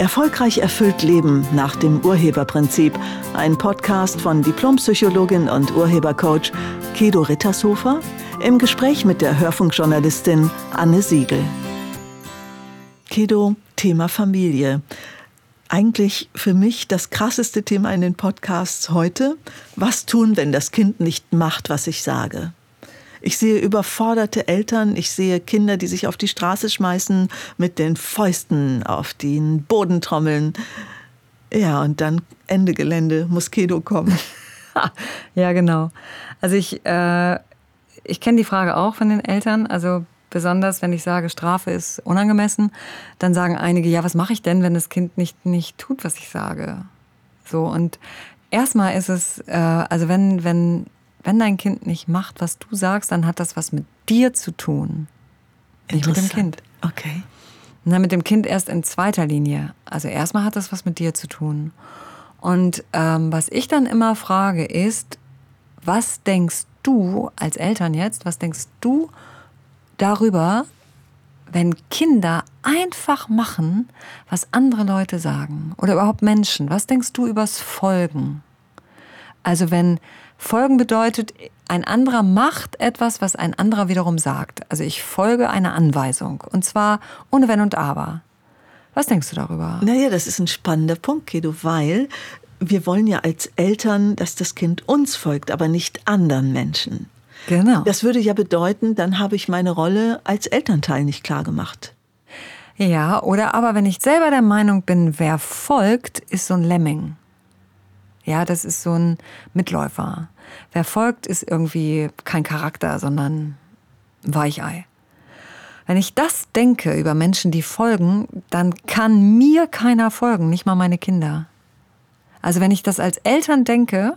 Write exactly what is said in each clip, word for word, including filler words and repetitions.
Erfolgreich erfüllt Leben nach dem Urheberprinzip. Ein Podcast von Diplompsychologin und Urhebercoach Kedo Rittershofer im Gespräch mit der Hörfunkjournalistin Anne Siegel. Kedo, Thema Familie. Eigentlich für mich das krasseste Thema in den Podcasts heute. Was tun, wenn das Kind nicht macht, was ich sage? Ich sehe überforderte Eltern, ich sehe Kinder, die sich auf die Straße schmeißen, mit den Fäusten auf den Boden trommeln. Ja, und dann Ende Gelände, muss Kedo kommen. Ja, genau. Also ich, äh, ich kenne die Frage auch von den Eltern. Also besonders, wenn ich sage, Strafe ist unangemessen, dann sagen einige, ja, was mache ich denn, wenn das Kind nicht, nicht tut, was ich sage? So, und erstmal ist es, äh, also wenn, wenn, wenn dein Kind nicht macht, was du sagst, dann hat das was mit dir zu tun. Nicht mit dem Kind. Okay. Und dann mit dem Kind erst in zweiter Linie. Also erstmal hat das was mit dir zu tun. Und ähm, was ich dann immer frage ist, was denkst du als Eltern jetzt, was denkst du darüber, wenn Kinder einfach machen, was andere Leute sagen oder überhaupt Menschen? Was denkst du übers Folgen? Also wenn Folgen bedeutet, ein anderer macht etwas, was ein anderer wiederum sagt. Also ich folge einer Anweisung und zwar ohne Wenn und Aber. Was denkst du darüber? Naja, das ist ein spannender Punkt, Kedo, weil wir wollen ja als Eltern, dass das Kind uns folgt, aber nicht anderen Menschen. Genau. Das würde ja bedeuten, dann habe ich meine Rolle als Elternteil nicht klar gemacht. Ja, oder aber wenn ich selber der Meinung bin, wer folgt, ist so ein Lemming. Ja, das ist so ein Mitläufer. Wer folgt, ist irgendwie kein Charakter, sondern ein Weichei. Wenn ich das denke über Menschen, die folgen, dann kann mir keiner folgen, nicht mal meine Kinder. Also wenn ich das als Eltern denke,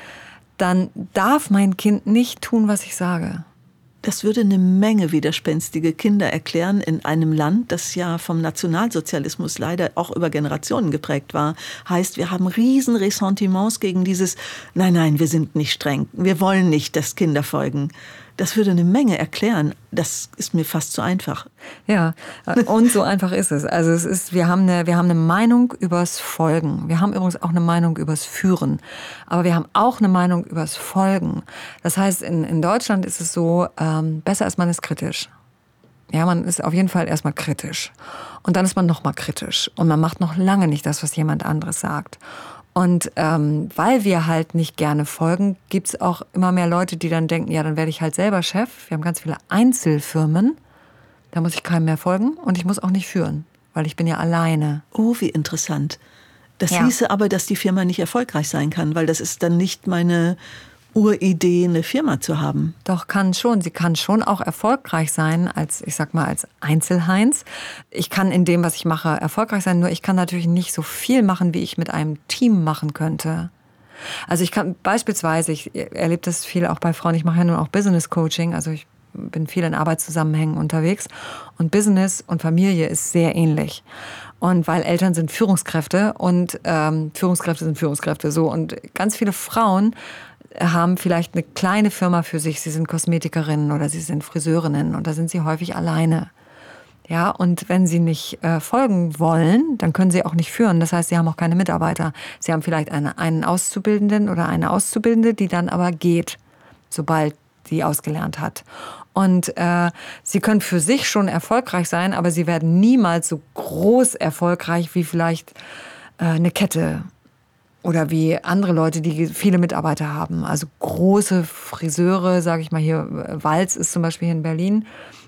dann darf mein Kind nicht tun, was ich sage. Das würde eine Menge widerspenstige Kinder erklären in einem Land, das ja vom Nationalsozialismus leider auch über Generationen geprägt war. Heißt, wir haben riesen Ressentiments gegen dieses, nein, nein, wir sind nicht streng, wir wollen nicht, dass Kinder folgen. Das würde eine Menge erklären. Das ist mir fast zu einfach. Ja, und so einfach ist es. Also es ist, wir haben eine, wir haben eine Meinung übers Folgen. Wir haben übrigens auch eine Meinung übers Führen. Aber wir haben auch eine Meinung übers Folgen. Das heißt, in, in Deutschland ist es so, ähm, besser ist man ist kritisch. Ja, man ist auf jeden Fall erstmal kritisch. Und dann ist man nochmal kritisch. Und man macht noch lange nicht das, was jemand anderes sagt. Und ähm, weil wir halt nicht gerne folgen, gibt es auch immer mehr Leute, die dann denken, ja, dann werde ich halt selber Chef. Wir haben ganz viele Einzelfirmen, da muss ich keinem mehr folgen und ich muss auch nicht führen, weil ich bin ja alleine. Oh, wie interessant. Das Ja. hieße aber, dass die Firma nicht erfolgreich sein kann, weil das ist dann nicht meine Uridee, eine Firma zu haben. Doch, kann schon. Sie kann schon auch erfolgreich sein als, ich sag mal, als Einzelheinz. Ich kann in dem, was ich mache, erfolgreich sein, nur ich kann natürlich nicht so viel machen, wie ich mit einem Team machen könnte. Also ich kann beispielsweise, ich erlebe das viel auch bei Frauen, ich mache ja nun auch Business Coaching, also ich bin viel in Arbeitszusammenhängen unterwegs und Business und Familie ist sehr ähnlich. Und weil Eltern sind Führungskräfte und ähm, Führungskräfte sind Führungskräfte so und ganz viele Frauen haben vielleicht eine kleine Firma für sich. Sie sind Kosmetikerinnen oder sie sind Friseurinnen und da sind sie häufig alleine. Ja, und wenn sie nicht äh, folgen wollen, dann können sie auch nicht führen. Das heißt, sie haben auch keine Mitarbeiter. Sie haben vielleicht eine, einen Auszubildenden oder eine Auszubildende, die dann aber geht, sobald sie ausgelernt hat. Und äh, sie können für sich schon erfolgreich sein, aber sie werden niemals so groß erfolgreich wie vielleicht äh, eine Kette. Oder wie andere Leute, die viele Mitarbeiter haben. Also große Friseure, sage ich mal hier, Walz ist zum Beispiel hier in Berlin.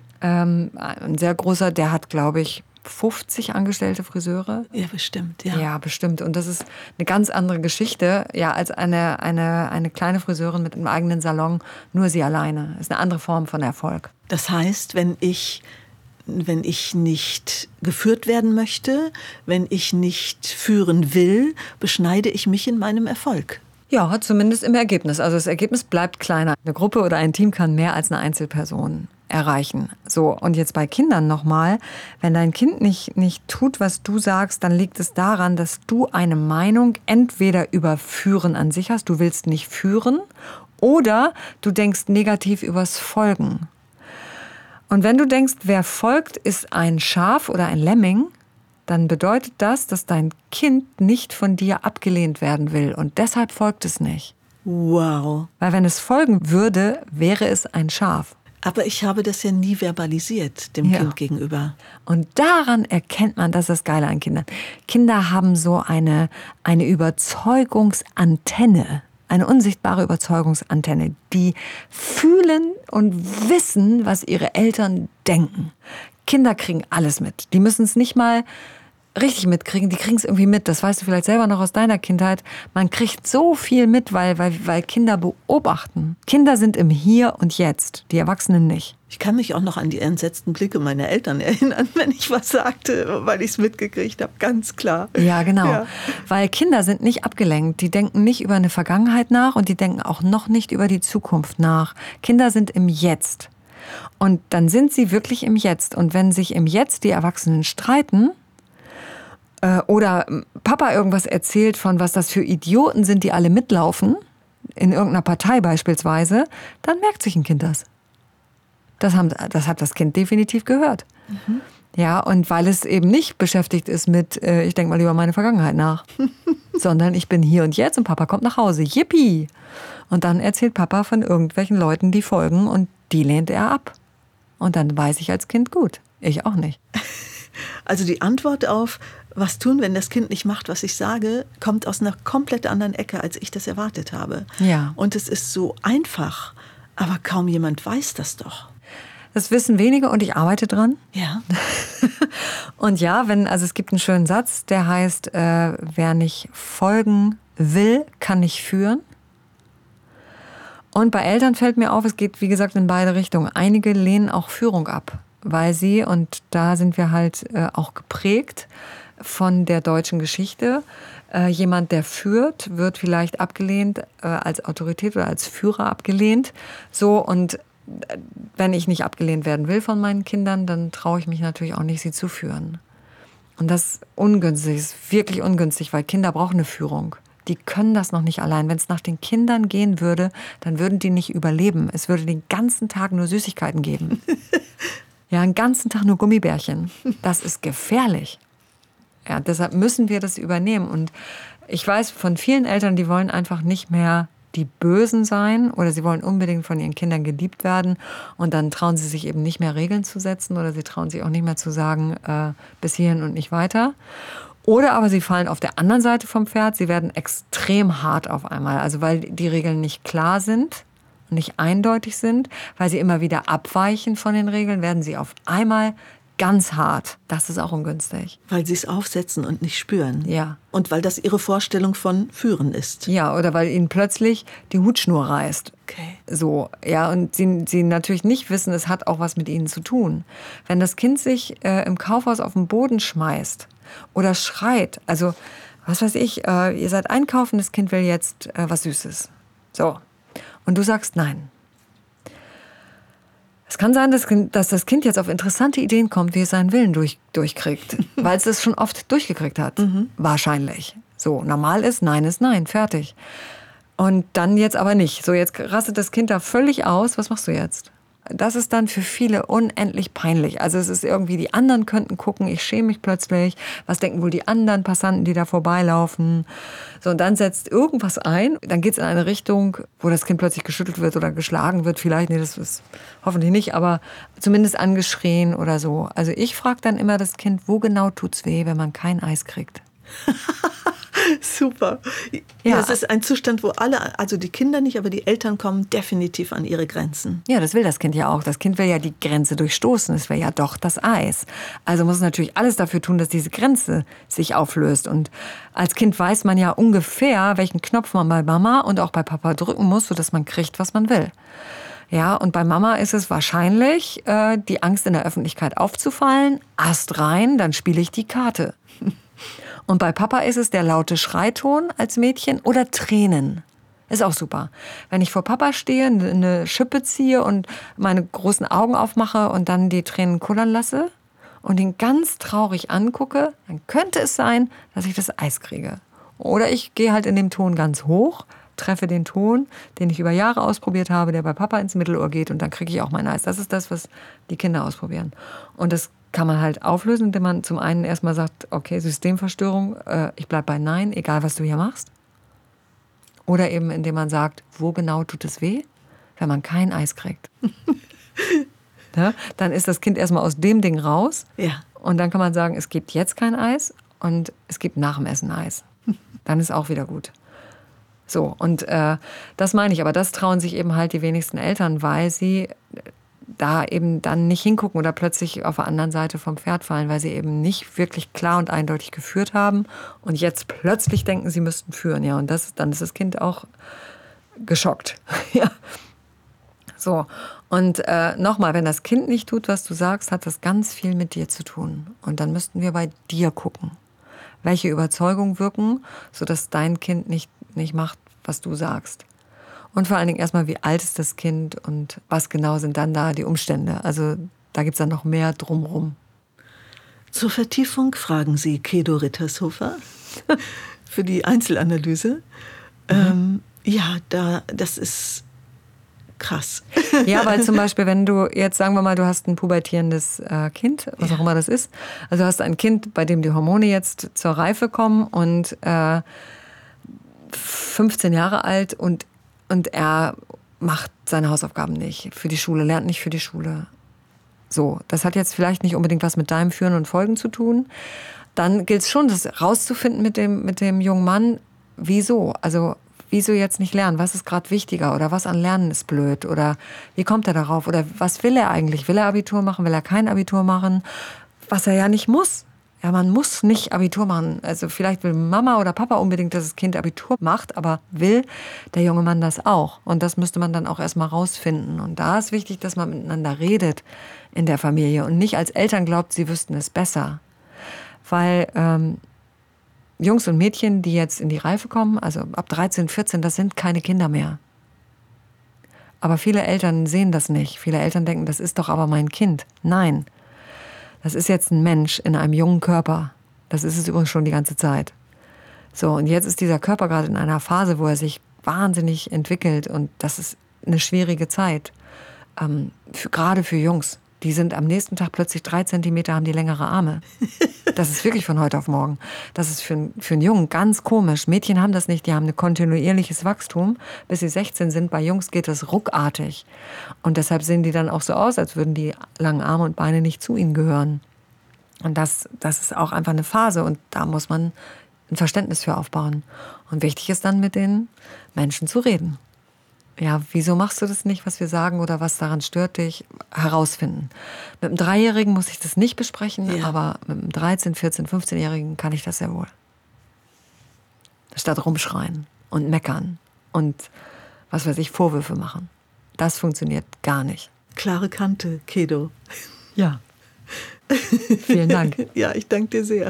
Ähm, ein sehr großer, der hat, glaube ich, fünfzig angestellte Friseure. Ja, bestimmt, ja. Ja, bestimmt. Und das ist eine ganz andere Geschichte, ja, als eine, eine, eine kleine Friseurin mit einem eigenen Salon, nur sie alleine. Das ist eine andere Form von Erfolg. Das heißt, wenn ich wenn ich nicht geführt werden möchte, wenn ich nicht führen will, beschneide ich mich in meinem Erfolg. Ja, zumindest im Ergebnis. Also das Ergebnis bleibt kleiner. Eine Gruppe oder ein Team kann mehr als eine Einzelperson erreichen. So, und jetzt bei Kindern nochmal, wenn dein Kind nicht, nicht tut, was du sagst, dann liegt es daran, dass du eine Meinung entweder über Führen an sich hast, du willst nicht führen, oder du denkst negativ übers Folgen. Und wenn du denkst, wer folgt, ist ein Schaf oder ein Lemming, dann bedeutet das, dass dein Kind nicht von dir abgelehnt werden will. Und deshalb folgt es nicht. Wow. Weil wenn es folgen würde, wäre es ein Schaf. Aber ich habe das ja nie verbalisiert, dem Ja. Kind gegenüber. Und daran erkennt man, das ist das Geile an Kindern. Kinder haben so eine, eine Überzeugungsantenne, eine unsichtbare Überzeugungsantenne. Die fühlen und wissen, was ihre Eltern denken. Kinder kriegen alles mit. Die müssen es nicht mal richtig mitkriegen, die kriegen es irgendwie mit. Das weißt du vielleicht selber noch aus deiner Kindheit. Man kriegt so viel mit, weil, weil, weil Kinder beobachten. Kinder sind im Hier und Jetzt, die Erwachsenen nicht. Ich kann mich auch noch an die entsetzten Blicke meiner Eltern erinnern, wenn ich was sagte, weil ich es mitgekriegt habe, ganz klar. Ja, genau. Ja. Weil Kinder sind nicht abgelenkt. Die denken nicht über eine Vergangenheit nach und die denken auch noch nicht über die Zukunft nach. Kinder sind im Jetzt. Und dann sind sie wirklich im Jetzt. Und wenn sich im Jetzt die Erwachsenen streiten, oder Papa irgendwas erzählt von, was das für Idioten sind, die alle mitlaufen, in irgendeiner Partei beispielsweise, dann merkt sich ein Kind das. Das, haben, das hat das Kind definitiv gehört. Mhm. Ja, und weil es eben nicht beschäftigt ist mit, äh, ich denke mal über meine Vergangenheit nach, sondern ich bin hier und jetzt und Papa kommt nach Hause. Yippie! Und dann erzählt Papa von irgendwelchen Leuten, die folgen und die lehnt er ab. Und dann weiß ich als Kind, gut, ich auch nicht. Also die Antwort auf, was tun, wenn das Kind nicht macht, was ich sage, kommt aus einer komplett anderen Ecke, als ich das erwartet habe. Ja. Und es ist so einfach, aber kaum jemand weiß das doch. Das wissen wenige und ich arbeite dran. Ja. Und ja, wenn, also es gibt einen schönen Satz, der heißt, äh, wer nicht folgen will, kann nicht führen. Und bei Eltern fällt mir auf, es geht, wie gesagt, in beide Richtungen. Einige lehnen auch Führung ab, weil sie, und da sind wir halt äh, auch geprägt von der deutschen Geschichte, äh, jemand, der führt, wird vielleicht abgelehnt, äh, als Autorität oder als Führer abgelehnt. So, und äh, wenn ich nicht abgelehnt werden will von meinen Kindern, dann traue ich mich natürlich auch nicht, sie zu führen. Und das ist ungünstig, ist wirklich ungünstig, weil Kinder brauchen eine Führung. Die können das noch nicht allein. Wenn es nach den Kindern gehen würde, dann würden die nicht überleben. Es würde den ganzen Tag nur Süßigkeiten geben. Ja, den ganzen Tag nur Gummibärchen. Das ist gefährlich. Ja, deshalb müssen wir das übernehmen. Und ich weiß von vielen Eltern, die wollen einfach nicht mehr die Bösen sein oder sie wollen unbedingt von ihren Kindern geliebt werden. Und dann trauen sie sich eben nicht mehr Regeln zu setzen oder sie trauen sich auch nicht mehr zu sagen, äh, bis hierhin und nicht weiter. Oder aber sie fallen auf der anderen Seite vom Pferd, sie werden extrem hart auf einmal. Also weil die Regeln nicht klar sind, nicht eindeutig sind, weil sie immer wieder abweichen von den Regeln, werden sie auf einmal ganz hart. Das ist auch ungünstig. Weil sie es aufsetzen und nicht spüren. Ja. Und weil das ihre Vorstellung von Führen ist. Ja, oder weil ihnen plötzlich die Hutschnur reißt. Okay. So, ja, und sie, sie natürlich nicht wissen, es hat auch was mit ihnen zu tun. Wenn das Kind sich äh, im Kaufhaus auf den Boden schmeißt oder schreit, also, was weiß ich, äh, ihr seid einkaufen, das Kind will jetzt äh, was Süßes. So. Und du sagst nein. Es kann sein, dass, dass das Kind jetzt auf interessante Ideen kommt, wie es seinen Willen durch, durchkriegt. Weil es das schon oft durchgekriegt hat. Mhm. Wahrscheinlich. So, normal ist, nein ist nein, fertig. Und dann jetzt aber nicht. So, jetzt rastet das Kind da völlig aus. Was machst du jetzt? Das ist dann für viele unendlich peinlich. Also es ist irgendwie, die anderen könnten gucken, ich schäme mich plötzlich. Was denken wohl die anderen Passanten, die da vorbeilaufen? So, und dann setzt irgendwas ein. Dann geht es in eine Richtung, wo das Kind plötzlich geschüttelt wird oder geschlagen wird. Vielleicht, nee, das ist hoffentlich nicht, aber zumindest angeschrien oder so. Also ich frage dann immer das Kind, wo genau tut's weh, wenn man kein Eis kriegt? Super. Ja, es ist ein Zustand, wo alle, also die Kinder nicht, aber die Eltern kommen definitiv an ihre Grenzen. Ja, das will das Kind ja auch. Das Kind will ja die Grenze durchstoßen. Es will ja doch das Eis. Also muss es natürlich alles dafür tun, dass diese Grenze sich auflöst. Und als Kind weiß man ja ungefähr, welchen Knopf man bei Mama und auch bei Papa drücken muss, sodass man kriegt, was man will. Ja, und bei Mama ist es wahrscheinlich, äh, die Angst in der Öffentlichkeit aufzufallen. Ast rein, dann spiele ich die Karte. Und bei Papa ist es der laute Schreiton als Mädchen oder Tränen. Ist auch super. Wenn ich vor Papa stehe, eine Schippe ziehe und meine großen Augen aufmache und dann die Tränen kullern lasse und ihn ganz traurig angucke, dann könnte es sein, dass ich das Eis kriege. Oder ich gehe halt in dem Ton ganz hoch, treffe den Ton, den ich über Jahre ausprobiert habe, der bei Papa ins Mittelohr geht und dann kriege ich auch mein Eis. Das ist das, was die Kinder ausprobieren. Und das kann man halt auflösen, indem man zum einen erstmal sagt, okay, Systemverstörung, äh, ich bleib bei Nein, egal was du hier machst. Oder eben indem man sagt, wo genau tut es weh, wenn man kein Eis kriegt. Ja, dann ist das Kind erstmal aus dem Ding raus. Ja. Und dann kann man sagen, es gibt jetzt kein Eis und es gibt nach dem Essen Eis. Dann ist auch wieder gut. So, und äh, das meine ich. Aber das trauen sich eben halt die wenigsten Eltern, weil sie da eben dann nicht hingucken oder plötzlich auf der anderen Seite vom Pferd fallen, weil sie eben nicht wirklich klar und eindeutig geführt haben und jetzt plötzlich denken, sie müssten führen. Ja, und das, dann ist das Kind auch geschockt. Ja. So, und äh, nochmal, wenn das Kind nicht tut, was du sagst, hat das ganz viel mit dir zu tun. Und dann müssten wir bei dir gucken, welche Überzeugungen wirken, sodass dein Kind nicht, nicht macht, was du sagst. Und vor allen Dingen erstmal, wie alt ist das Kind und was genau sind dann da die Umstände. Also da gibt es dann noch mehr drumrum. Zur Vertiefung fragen Sie Kedo Rittershofer für die Einzelanalyse. Mhm. Ähm, ja, da, das ist krass. Ja, weil zum Beispiel, wenn du jetzt, sagen wir mal, du hast ein pubertierendes äh, Kind, was ja. auch immer das ist. Also du hast ein Kind, bei dem die Hormone jetzt zur Reife kommen und äh, fünfzehn Jahre alt und, und er macht seine Hausaufgaben nicht für die Schule, lernt nicht für die Schule. So, das hat jetzt vielleicht nicht unbedingt was mit deinem Führen und Folgen zu tun. Dann gilt es schon, das rauszufinden mit dem, mit dem jungen Mann, wieso? Also wieso jetzt nicht lernen? Was ist gerade wichtiger? Oder was an Lernen ist blöd? Oder wie kommt er darauf? Oder was will er eigentlich? Will er Abitur machen? Will er kein Abitur machen? Was er ja nicht muss. Ja, man muss nicht Abitur machen. Also vielleicht will Mama oder Papa unbedingt, dass das Kind Abitur macht, aber will der junge Mann das auch? Und das müsste man dann auch erstmal rausfinden. Und da ist wichtig, dass man miteinander redet in der Familie und nicht als Eltern glaubt, sie wüssten es besser. Weil ähm, Jungs und Mädchen, die jetzt in die Reife kommen, also ab dreizehn, vierzehn, das sind keine Kinder mehr. Aber viele Eltern sehen das nicht. Viele Eltern denken, das ist doch aber mein Kind. Nein, das ist jetzt ein Mensch in einem jungen Körper. Das ist es übrigens schon die ganze Zeit. So, und jetzt ist dieser Körper gerade in einer Phase, wo er sich wahnsinnig entwickelt. Und das ist eine schwierige Zeit. Ähm, für, gerade für Jungs. Die sind am nächsten Tag plötzlich drei Zentimeter, haben die längere Arme. Das ist wirklich von heute auf morgen. Das ist für, für einen Jungen ganz komisch. Mädchen haben das nicht, die haben ein kontinuierliches Wachstum. Bis sie sechzehn sind, bei Jungs geht das ruckartig. Und deshalb sehen die dann auch so aus, als würden die langen Arme und Beine nicht zu ihnen gehören. Und das, das ist auch einfach eine Phase und da muss man ein Verständnis für aufbauen. Und wichtig ist dann, mit den Menschen zu reden. Ja, wieso machst du das nicht, was wir sagen oder was daran stört dich? Herausfinden. Mit einem Dreijährigen muss ich das nicht besprechen, ja. aber mit einem dreizehn-, vierzehn-, fünfzehnjährigen kann ich das sehr wohl. Statt rumschreien und meckern und, was weiß ich, Vorwürfe machen. Das funktioniert gar nicht. Klare Kante, Kedo. Ja. Vielen Dank. Ja, ich danke dir sehr.